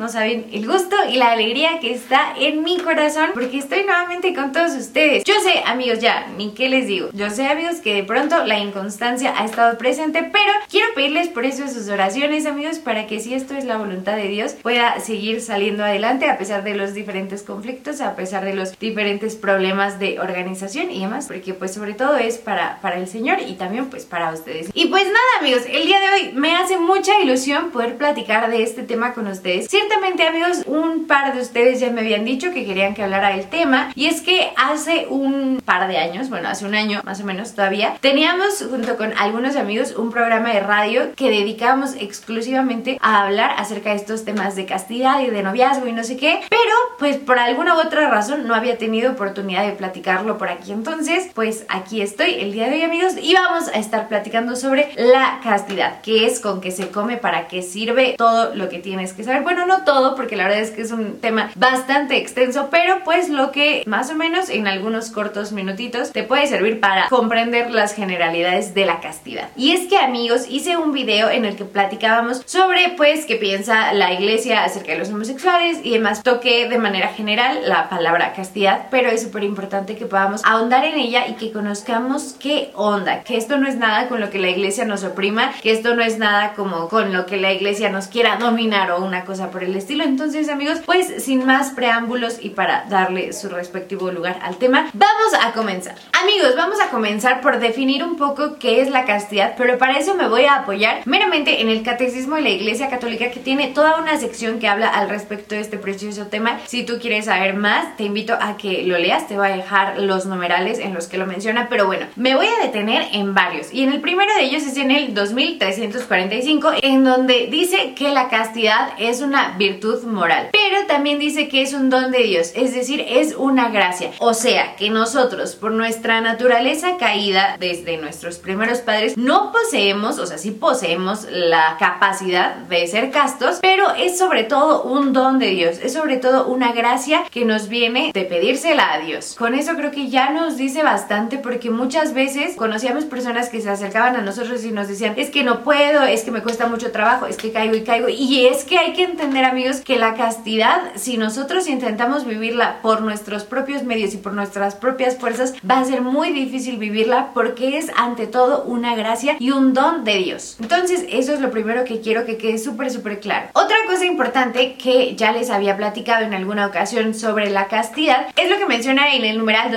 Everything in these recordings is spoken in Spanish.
no saben el gusto y la alegría que está en mi corazón porque estoy nuevamente con todos ustedes. Yo sé, amigos, ya, ni qué les digo. Yo sé, amigos, que de pronto la inconstancia ha estado presente, pero quiero pedirles por eso sus oraciones, amigos, para que si esto es la voluntad de Dios, pueda seguir saliendo adelante a pesar de los diferentes conflictos, a pesar de los diferentes problemas de organización y demás, porque pues sobre todo es para el Señor y también pues para ustedes. Y pues nada, amigos, el día de hoy me hace mucha ilusión poder platicar de este tema con ustedes. Ciertamente, amigos, un par de ustedes ya me habían dicho que querían que hablara del tema, y es que hace un par de años, bueno, hace un año más o menos todavía, teníamos junto con algunos amigos un programa de radio que dedicábamos exclusivamente a hablar acerca de estos temas de castidad y de noviazgo y no sé qué, pero pues por alguna u otra razón no había tenido oportunidad de platicarlo por aquí. Entonces pues aquí estoy el día de hoy, amigos, y vamos a estar platicando sobre la castidad, qué es, con qué se come, para qué sirve, todo lo que tienes que saber. Bueno, no todo, porque la verdad es que es un tema bastante extenso, pero pues lo que más o menos en algunos cortos minutitos te puede servir para comprender las generalidades de la castidad. Y es que, amigos, hice un video en el que platicábamos sobre pues qué piensa la iglesia acerca de los homosexuales y demás. Toqué de manera general la palabra castidad, pero es súper importante que podamos ahondar en ella y que conozcamos qué onda, que esto no es nada con lo que la iglesia nos oprima, que esto no es nada como con lo que la iglesia nos quiera dominar o una cosa por el estilo. Entonces, amigos, pues sin más preámbulos y para darle su respectivo lugar al tema, vamos a comenzar. Amigos, vamos a comenzar por definir un poco qué es la castidad, pero para eso me voy a apoyar meramente en el Catecismo de la Iglesia Católica, que tiene toda una sección que habla al respecto de este precioso tema. Si tú quieres saber más, te invito a que lo leas, te voy a dejar los numerales en los que lo menciona, pero bueno, me voy a detener en varios, y en el primero de ellos es en el 2345, en donde dice que la castidad es una virtud moral, pero también dice que es un don de Dios, es decir, es una gracia. O sea, que nosotros, por nuestra naturaleza caída desde nuestros primeros padres, no poseemos, o sea, sí poseemos la capacidad de ser castos, pero es sobre todo un don de Dios, es sobre todo una gracia que nos viene de pedírsela a Dios. Con eso creo que ya nos dice bastante, porque muchas veces conocíamos personas que se acercaban a nosotros y nos decían, es que no puedo, es que me cuesta mucho trabajo, es que caigo y caigo. Y es que hay que entender, amigos, que la castidad, si nosotros intentamos vivirla por nuestros propios medios y por nuestras propias fuerzas, va a ser muy difícil vivirla, porque es ante todo una gracia y un don de Dios. Entonces eso es lo primero que quiero que quede súper claro. Otra cosa importante que ya les había platicado en alguna ocasión sobre la castidad es lo que menciona en el numeral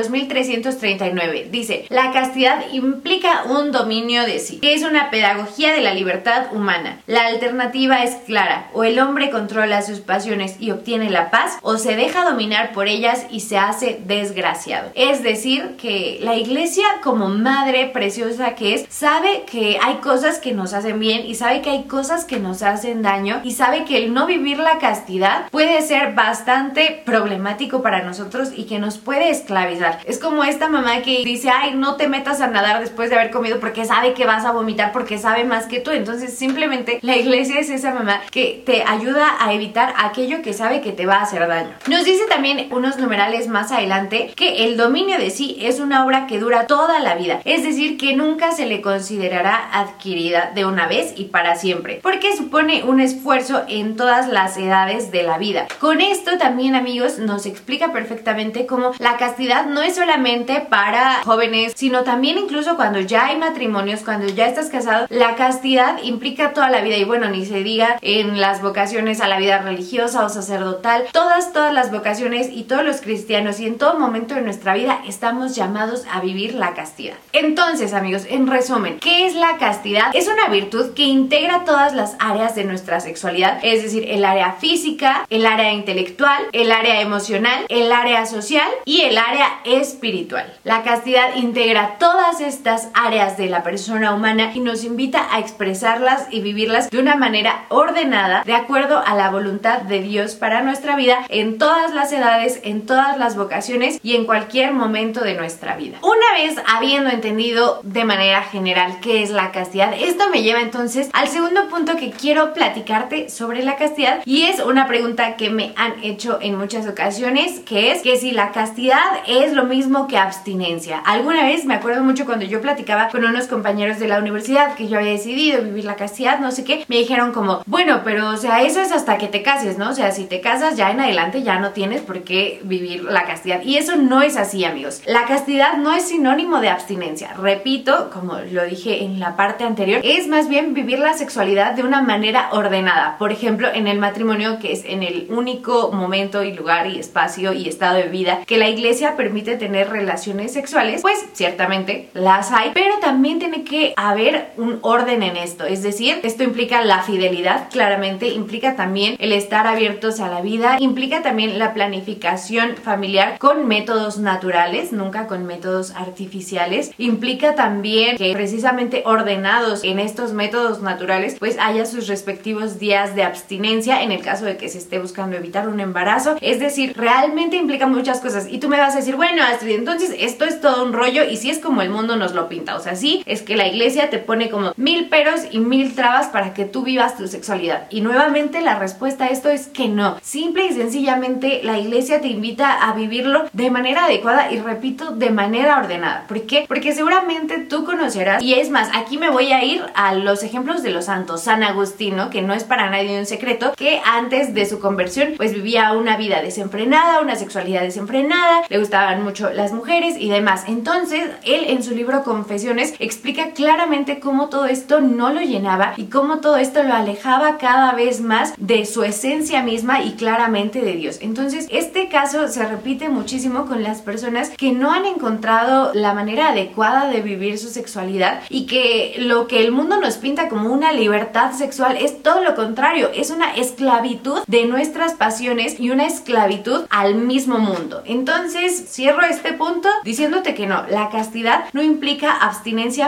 2339. Dice, la castidad implica un dominio de sí, que es una pedagogía de la libertad humana. La alternativa es clara: o el hombre controla sus pasiones y obtiene la paz, o se deja dominar por ellas y se hace desgraciado. Es decir, que la iglesia, como madre preciosa que es, sabe que hay cosas que nos hacen bien y sabe que hay cosas que nos hacen daño, y sabe que el no vivir la castidad puede ser bastante problemático para nosotros y que nos puede esclavizar. Es como esta mamá que dice, ay, no te metas a nadar después de haber comido porque sabe que vas a vomitar, porque sabe más que tú. Entonces simplemente la iglesia es esa mamá que te ayuda a evitar aquello que sabe que te va a hacer daño. Nos dice también unos numerales más adelante que el dominio de sí es una obra que dura toda la vida, es decir, que nunca se le considerará adquirida de una vez y para siempre, porque supone un esfuerzo en todas las edades de la vida. Con esto también, amigos, nos explica perfectamente cómo la castidad no es solamente para jóvenes, sino también incluso cuando ya hay matrimonios, cuando ya estás casado, la castidad implica toda la vida. Y bueno, ni se diga en las vocaciones a la vida religiosa o sacerdotal, todas las vocaciones y todos los cristianos, y en todo momento de nuestra vida estamos llamados a vivir la castidad. Entonces, amigos, en resumen, ¿qué es la castidad? Es una virtud que integra todas las áreas de nuestra sexualidad, es decir, el área física, el área intelectual, el área emocional, el área social y el área espiritual. La castidad integra todas estas áreas de la persona humana y nos invita a expresarlas y vivirlas de una manera ordenada, de acuerdo a la voluntad de Dios para nuestra vida, en todas las edades, en todas las vocaciones y en cualquier momento de nuestra vida. Una vez habiendo entendido de manera general qué es la castidad, esto me lleva entonces al segundo punto que quiero platicarte sobre la castidad, y es una pregunta que me han hecho en muchas ocasiones, que es que si la castidad es lo mismo que abstinencia. Alguna vez me acuerdo mucho cuando yo platicaba con unos compañeros de la universidad que yo había decidido vivir la castidad, no sé qué, me dijeron como, bueno, pero o sea, eso es hasta que te cases, ¿no? O sea, si te casas ya en adelante ya no tienes por qué vivir la castidad. Y eso no es así, amigos. La castidad no es sinónimo de abstinencia. Repito, como lo dije en la parte anterior, es más bien vivir la sexualidad de una manera ordenada. Por ejemplo, en el matrimonio, que es en el único momento y lugar y espacio y estado de vida que la iglesia permite tener relaciones sexuales, pues ciertamente las hay, pero también tiene que haber un orden en esto. Es decir, esto implica la fidelidad, claramente, implica también el estar abiertos a la vida, implica también la planificación familiar con métodos naturales, nunca con métodos artificiales, implica también que precisamente ordenados en estos métodos naturales pues haya sus respectivos días de abstinencia en el caso de que se esté buscando evitar un embarazo. Es decir, realmente implica muchas cosas y tú me vas a decir, bueno, Astrid, entonces esto es todo un rollo y sí es como el mundo nos lo pinta. O sea, sí es que la iglesia te pone como 1000 peros y 1000 trabas para que tú vivas tu sexualidad. Y nuevamente la respuesta a esto es que no. Simple y sencillamente la iglesia te invita a vivirlo de manera adecuada y repito, de manera ordenada. ¿Por qué? Porque seguramente tú conocerás, y es más, aquí me voy a ir a los ejemplos de los santos. San Agustín, que no es para nadie un secreto, que antes de su conversión pues vivía una vida desenfrenada, una sexualidad desenfrenada, le gustaban mucho las mujeres y demás. Entonces, él en su libro Confesiones explica claramente cómo todo esto no lo llenaba y cómo todo esto lo alejaba cada vez más de su esencia misma y claramente de Dios. Entonces, este caso se repite muchísimo con las personas que no han encontrado la manera adecuada de vivir su sexualidad y que lo que el mundo nos pinta como una libertad sexual es todo lo contrario, es una esclavitud de nuestras pasiones y una esclavitud al mismo mundo. Entonces, cierro este punto diciéndote que no, la castidad no implica abstinencia,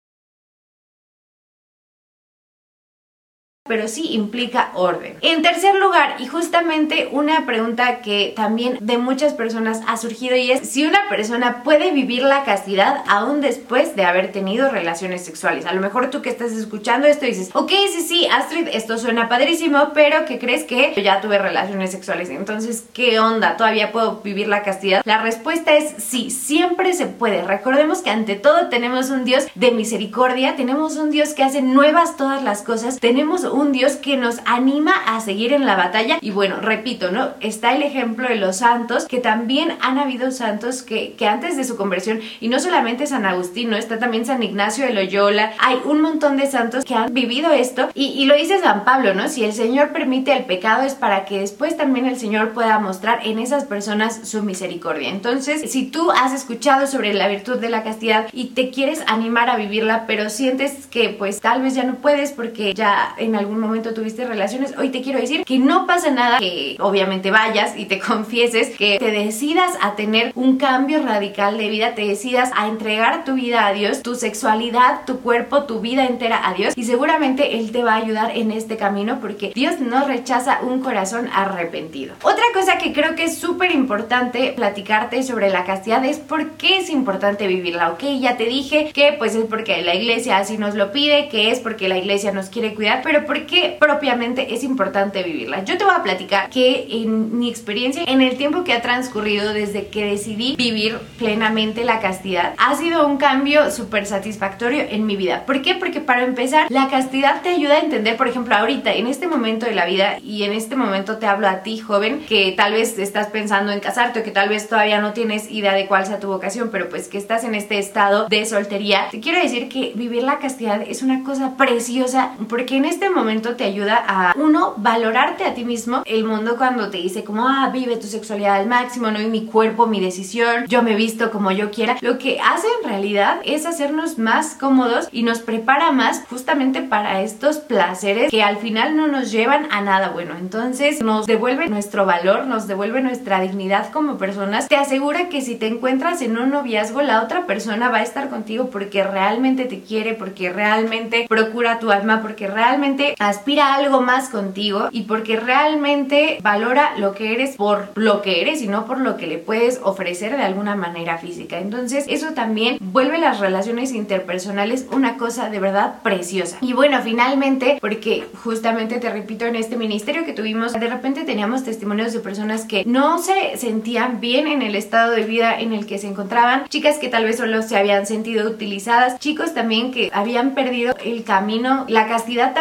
pero sí implica orden. En tercer lugar, y justamente una pregunta que también de muchas personas ha surgido, y es si una persona puede vivir la castidad aún después de haber tenido relaciones sexuales. A lo mejor tú que estás escuchando esto dices, ok, sí, Astrid, esto suena padrísimo, pero ¿qué crees? Que yo ya tuve relaciones sexuales, entonces ¿qué onda? ¿Todavía puedo vivir la castidad? La respuesta es sí, siempre se puede. Recordemos que ante todo tenemos un Dios de misericordia, tenemos un Dios que hace nuevas todas las cosas, tenemos un Dios que nos anima a seguir en la batalla. Y bueno, repito, ¿no? Está el ejemplo de los santos, que también han habido santos que antes de su conversión, y no solamente San Agustín, ¿no? Está también San Ignacio de Loyola, hay un montón de santos que han vivido esto, y lo dice San Pablo, ¿no? Si el Señor permite el pecado es para que después también el Señor pueda mostrar en esas personas su misericordia. Entonces, si tú has escuchado sobre la virtud de la castidad y te quieres animar a vivirla, pero sientes que pues tal vez ya no puedes porque ya en algún momento tuviste relaciones, hoy te quiero decir que no pasa nada, que obviamente vayas y te confieses, que te decidas a tener un cambio radical de vida, te decidas a entregar tu vida a Dios, tu sexualidad, tu cuerpo, tu vida entera a Dios, y seguramente Él te va a ayudar en este camino porque Dios no rechaza un corazón arrepentido. Otra cosa que creo que es súper importante platicarte sobre la castidad es por qué es importante vivirla. Ok, ya te dije que pues es porque la iglesia así nos lo pide, que es porque la iglesia nos quiere cuidar, pero ¿por qué propiamente es importante vivirla? Yo te voy a platicar que en mi experiencia, en el tiempo que ha transcurrido desde que decidí vivir plenamente la castidad, ha sido un cambio súper satisfactorio en mi vida. ¿Por qué? Porque para empezar, la castidad te ayuda a entender, por ejemplo, ahorita, en este momento de la vida, y en este momento te hablo a ti, joven, que tal vez estás pensando en casarte o que tal vez todavía no tienes idea de cuál sea tu vocación, pero pues que estás en este estado de soltería, te quiero decir que vivir la castidad es una cosa preciosa porque en este momento te ayuda a, uno, valorarte a ti mismo. El mundo cuando te dice como, vive tu sexualidad al máximo, no, y mi cuerpo, mi decisión, yo me visto como yo quiera, lo que hace en realidad es hacernos más cómodos y nos prepara más justamente para estos placeres que al final no nos llevan a nada bueno. Entonces nos devuelve nuestro valor, nos devuelve nuestra dignidad como personas, te asegura que si te encuentras en un noviazgo, la otra persona va a estar contigo porque realmente te quiere, porque realmente procura tu alma, porque realmente aspira a algo más contigo y porque realmente valora lo que eres por lo que eres y no por lo que le puedes ofrecer de alguna manera física. Entonces eso también vuelve las relaciones interpersonales una cosa de verdad preciosa. Y bueno, finalmente, porque justamente te repito, en este ministerio que tuvimos, de repente teníamos testimonios de personas que no se sentían bien en el estado de vida en el que se encontraban, chicas que tal vez solo se habían sentido utilizadas, chicos también que habían perdido el camino. La castidad también implica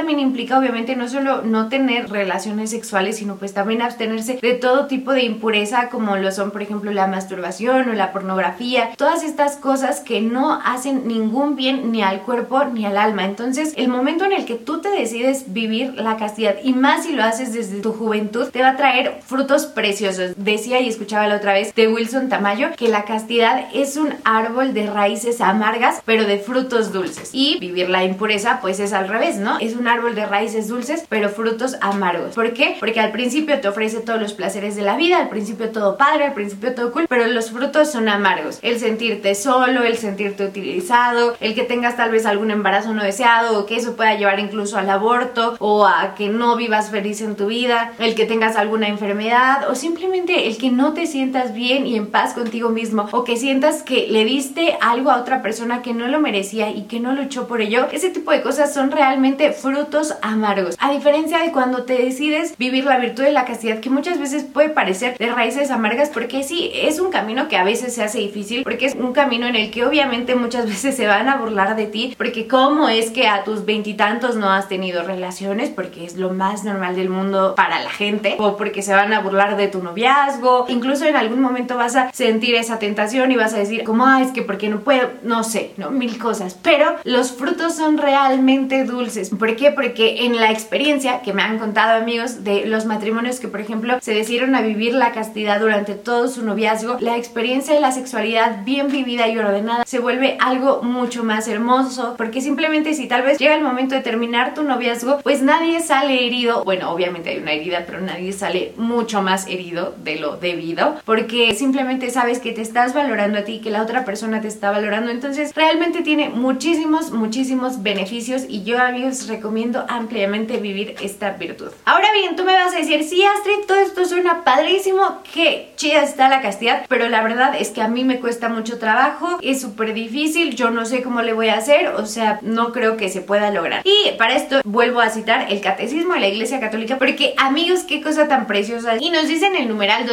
implica obviamente no solo no tener relaciones sexuales, sino pues también abstenerse de todo tipo de impureza, como lo son por ejemplo la masturbación o la pornografía, todas estas cosas que no hacen ningún bien ni al cuerpo ni al alma. Entonces el momento en el que tú te decides vivir la castidad, y más si lo haces desde tu juventud, te va a traer frutos preciosos. Decía y escuchaba la otra vez de Wilson Tamayo que la castidad es un árbol de raíces amargas pero de frutos dulces, y vivir la impureza pues es al revés, ¿no? Es un árbol de raíces dulces pero frutos amargos. ¿Por qué? Porque al principio te ofrece todos los placeres de la vida, al principio todo padre, al principio todo cool, pero los frutos son amargos. El sentirte solo, el sentirte utilizado, el que tengas tal vez algún embarazo no deseado, o que eso pueda llevar incluso al aborto, o a que no vivas feliz en tu vida, el que tengas alguna enfermedad, o simplemente el que no te sientas bien y en paz contigo mismo, o que sientas que le diste algo a otra persona que no lo merecía y que no luchó por ello. Ese tipo de cosas son realmente frutos amargos, a diferencia de cuando te decides vivir la virtud de la castidad, que muchas veces puede parecer de raíces amargas, porque sí, es un camino que a veces se hace difícil, porque es un camino en el que obviamente muchas veces se van a burlar de ti, porque cómo es que a tus veintitantos no has tenido relaciones, porque es lo más normal del mundo para la gente, o porque se van a burlar de tu noviazgo, incluso en algún momento vas a sentir esa tentación y vas a decir como, es que porque no puedo, no sé, ¿no? Mil cosas, pero los frutos son realmente dulces. ¿Por qué? Porque en la experiencia que me han contado amigos de los matrimonios que por ejemplo se decidieron a vivir la castidad durante todo su noviazgo, la experiencia de la sexualidad bien vivida y ordenada se vuelve algo mucho más hermoso, porque simplemente si tal vez llega el momento de terminar tu noviazgo, pues nadie sale herido. Bueno, obviamente hay una herida, pero nadie sale mucho más herido de lo debido, porque simplemente sabes que te estás valorando a ti, que la otra persona te está valorando. Entonces realmente tiene muchísimos beneficios, y yo amigos recomiendo ampliamente vivir esta virtud. Ahora bien, tú me vas a decir, sí Astrid, todo esto suena padrísimo, qué chida está la castidad, pero la verdad es que a mí me cuesta mucho trabajo, es súper difícil, yo no sé cómo le voy a hacer, o sea, no creo que se pueda lograr. Y para esto vuelvo a citar el Catecismo de la Iglesia Católica, porque amigos, qué cosa tan preciosa. Y nos dice en el numeral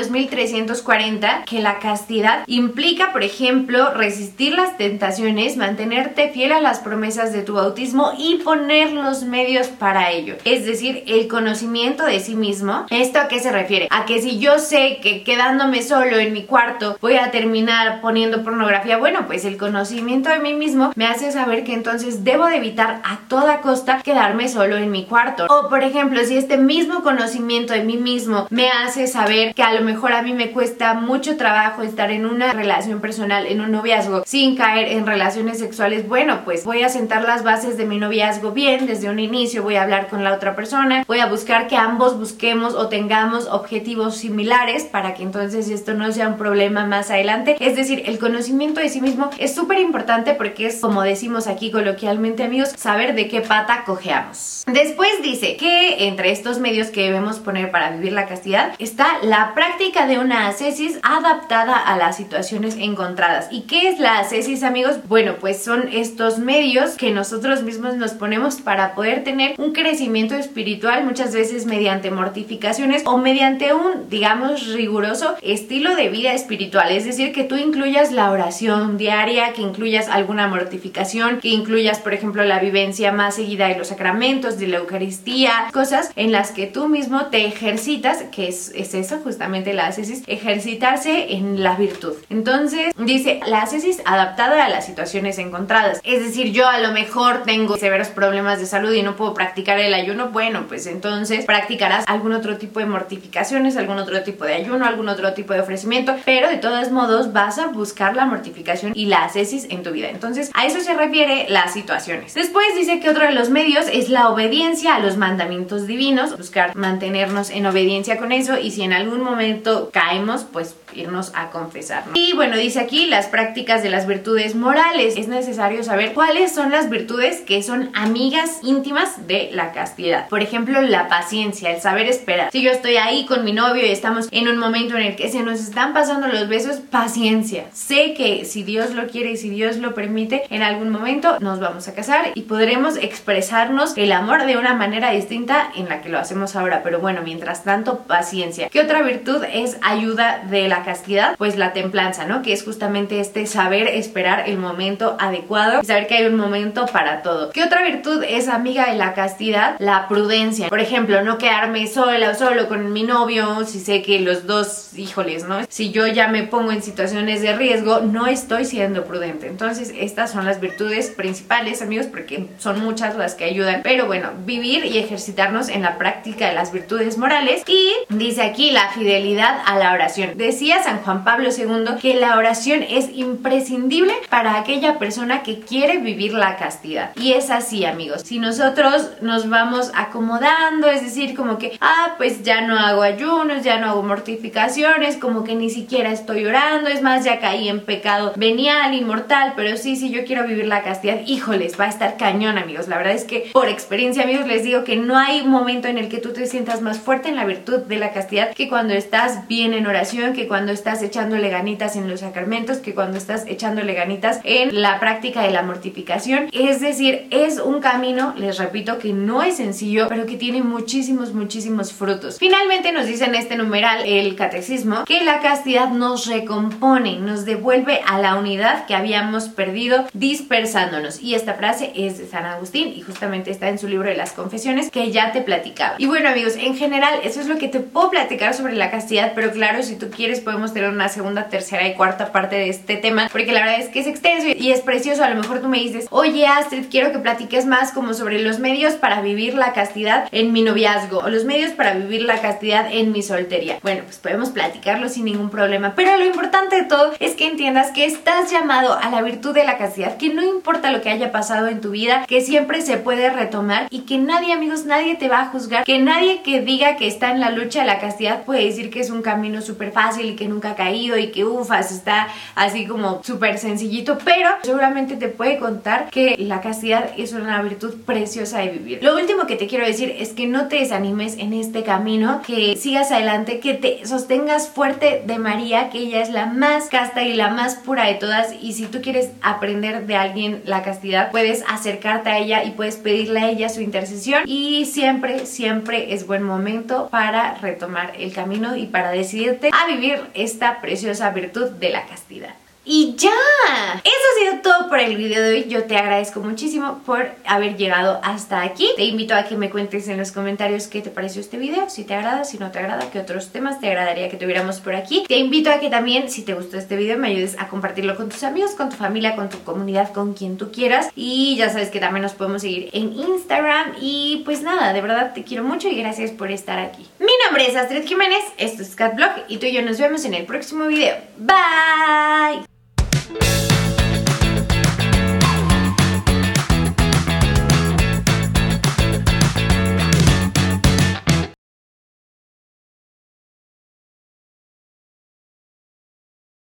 2340 que la castidad implica, por ejemplo, resistir las tentaciones, mantenerte fiel a las promesas de tu bautismo y poner los medios para ello. Es decir, el conocimiento de sí mismo. ¿Esto a qué se refiere? A que si yo sé que quedándome solo en mi cuarto voy a terminar poniendo pornografía, bueno, pues el conocimiento de mí mismo me hace saber que entonces debo de evitar a toda costa quedarme solo en mi cuarto. O por ejemplo, si este mismo conocimiento de mí mismo me hace saber que a lo mejor a mí me cuesta mucho trabajo estar en una relación personal, en un noviazgo, sin caer en relaciones sexuales, bueno, pues voy a sentar las bases de mi noviazgo bien desde un inicio, voy a hablar con la otra persona, voy a buscar que ambos busquemos o tengamos objetivos similares para que entonces esto no sea un problema más adelante. Es decir, el conocimiento de sí mismo es súper importante, porque es, como decimos aquí coloquialmente amigos, saber de qué pata cojeamos. Después dice que entre estos medios que debemos poner para vivir la castidad está la práctica de una ascesis adaptada a las situaciones encontradas. ¿Y qué es la ascesis amigos? Bueno, pues son estos medios que nosotros mismos nos ponemos para poder tener un crecimiento espiritual, muchas veces mediante mortificaciones o mediante un, digamos, riguroso estilo de vida espiritual. Es decir, que tú incluyas la oración diaria, que incluyas alguna mortificación, que incluyas por ejemplo la vivencia más seguida de los sacramentos, de la Eucaristía, cosas en las que tú mismo te ejercitas, que es eso justamente la ascesis, ejercitarse en la virtud. Entonces dice, la ascesis adaptada a las situaciones encontradas. Es decir, yo a lo mejor tengo severos problemas de salud y no puedo practicar el ayuno, bueno, pues entonces practicarás algún otro tipo de mortificaciones, algún otro tipo de ayuno, algún otro tipo de ofrecimiento, pero de todos modos vas a buscar la mortificación y la ascesis en tu vida. Entonces a eso se refiere las situaciones. Después dice que otro de los medios es la obediencia a los mandamientos divinos, buscar mantenernos en obediencia con eso, y si en algún momento caemos, pues irnos a confesar, ¿no? Y bueno, dice aquí las prácticas de las virtudes morales. Es necesario saber cuáles son las virtudes que son amigas íntimas de la castidad. Por ejemplo, la paciencia, el saber esperar. Si yo estoy ahí con mi novio y estamos en un momento en el que se nos están pasando los besos, paciencia. Sé que si Dios lo quiere y si Dios lo permite, en algún momento nos vamos a casar y podremos expresarnos el amor de una manera distinta en la que lo hacemos ahora. Pero bueno, mientras tanto, paciencia. ¿Qué otra virtud es ayuda de la castidad? Pues la templanza, ¿no? Que es justamente este saber esperar el momento adecuado y saber que hay un momento para todo. ¿Qué otra virtud es amiga de la castidad la prudencia. Por ejemplo, no quedarme sola o solo con mi novio si sé que los dos, híjoles, ¿no? Si yo ya me pongo en situaciones de riesgo, no estoy siendo prudente. Entonces, estas son las virtudes principales, amigos, porque son muchas las que ayudan. Pero bueno, vivir y ejercitarnos en la práctica de las virtudes morales. Y dice aquí la fidelidad a la oración. Decía San Juan Pablo II que la oración es imprescindible para aquella persona que quiere vivir la castidad. Y es así, amigos. Si nosotros nos vamos acomodando, es decir, como que, pues ya no hago ayunos, ya no hago mortificaciones, como que ni siquiera estoy orando, es más, ya caí en pecado venial y mortal, pero sí, yo quiero vivir la castidad, híjoles, va a estar cañón, amigos. La verdad es que por experiencia, amigos, les digo que no hay momento en el que tú te sientas más fuerte en la virtud de la castidad que cuando estás bien en oración, que cuando estás echándole ganitas en los sacramentos, que cuando estás echándole ganitas en la práctica de la mortificación. Es decir, es un camino, les repito, que no es sencillo, pero que tiene muchísimos frutos. Finalmente nos dice en este numeral el catecismo que la castidad nos recompone, nos devuelve a la unidad que habíamos perdido dispersándonos. Y esta frase es de San Agustín y justamente está en su libro de las Confesiones que ya te platicaba. Y bueno, amigos, en general eso es lo que te puedo platicar sobre la castidad, pero claro, si tú quieres podemos tener una segunda, tercera y cuarta parte de este tema, porque la verdad es que es extenso y es precioso. A lo mejor tú me dices, oye Astrid, quiero que platiques más como sobre los medios para vivir la castidad en mi noviazgo o los medios para vivir la castidad en mi soltería. Bueno, pues podemos platicarlo sin ningún problema, pero lo importante de todo es que entiendas que estás llamado a la virtud de la castidad, que no importa lo que haya pasado en tu vida, que siempre se puede retomar y que nadie, amigos, nadie te va a juzgar, que nadie que diga que está en la lucha de la castidad puede decir que es un camino súper fácil y que nunca ha caído y que ufas, está así como súper sencillito, pero seguramente te puede contar que la castidad es una virtud preciosa de vivir. Lo último que te quiero decir es que no te desanimes en este camino, que sigas adelante, que te sostengas fuerte de María, que ella es la más casta y la más pura de todas, y si tú quieres aprender de alguien la castidad, puedes acercarte a ella y puedes pedirle a ella su intercesión, y siempre es buen momento para retomar el camino y para decidirte a vivir esta preciosa virtud de la castidad. Y ya, eso ha sido todo por el video de hoy. Yo te agradezco muchísimo por haber llegado hasta aquí. Te invito a que me cuentes en los comentarios qué te pareció este video, si te agrada, si no te agrada, qué otros temas te agradaría que tuviéramos por aquí. Te invito a que también, si te gustó este video, me ayudes a compartirlo con tus amigos, con tu familia, con tu comunidad, con quien tú quieras. Y ya sabes que también nos podemos seguir en Instagram. Y pues nada, de verdad te quiero mucho y gracias por estar aquí. Mi nombre es Astrid Jiménez, esto es Cat Vlog y tú y yo nos vemos en el próximo video. Bye.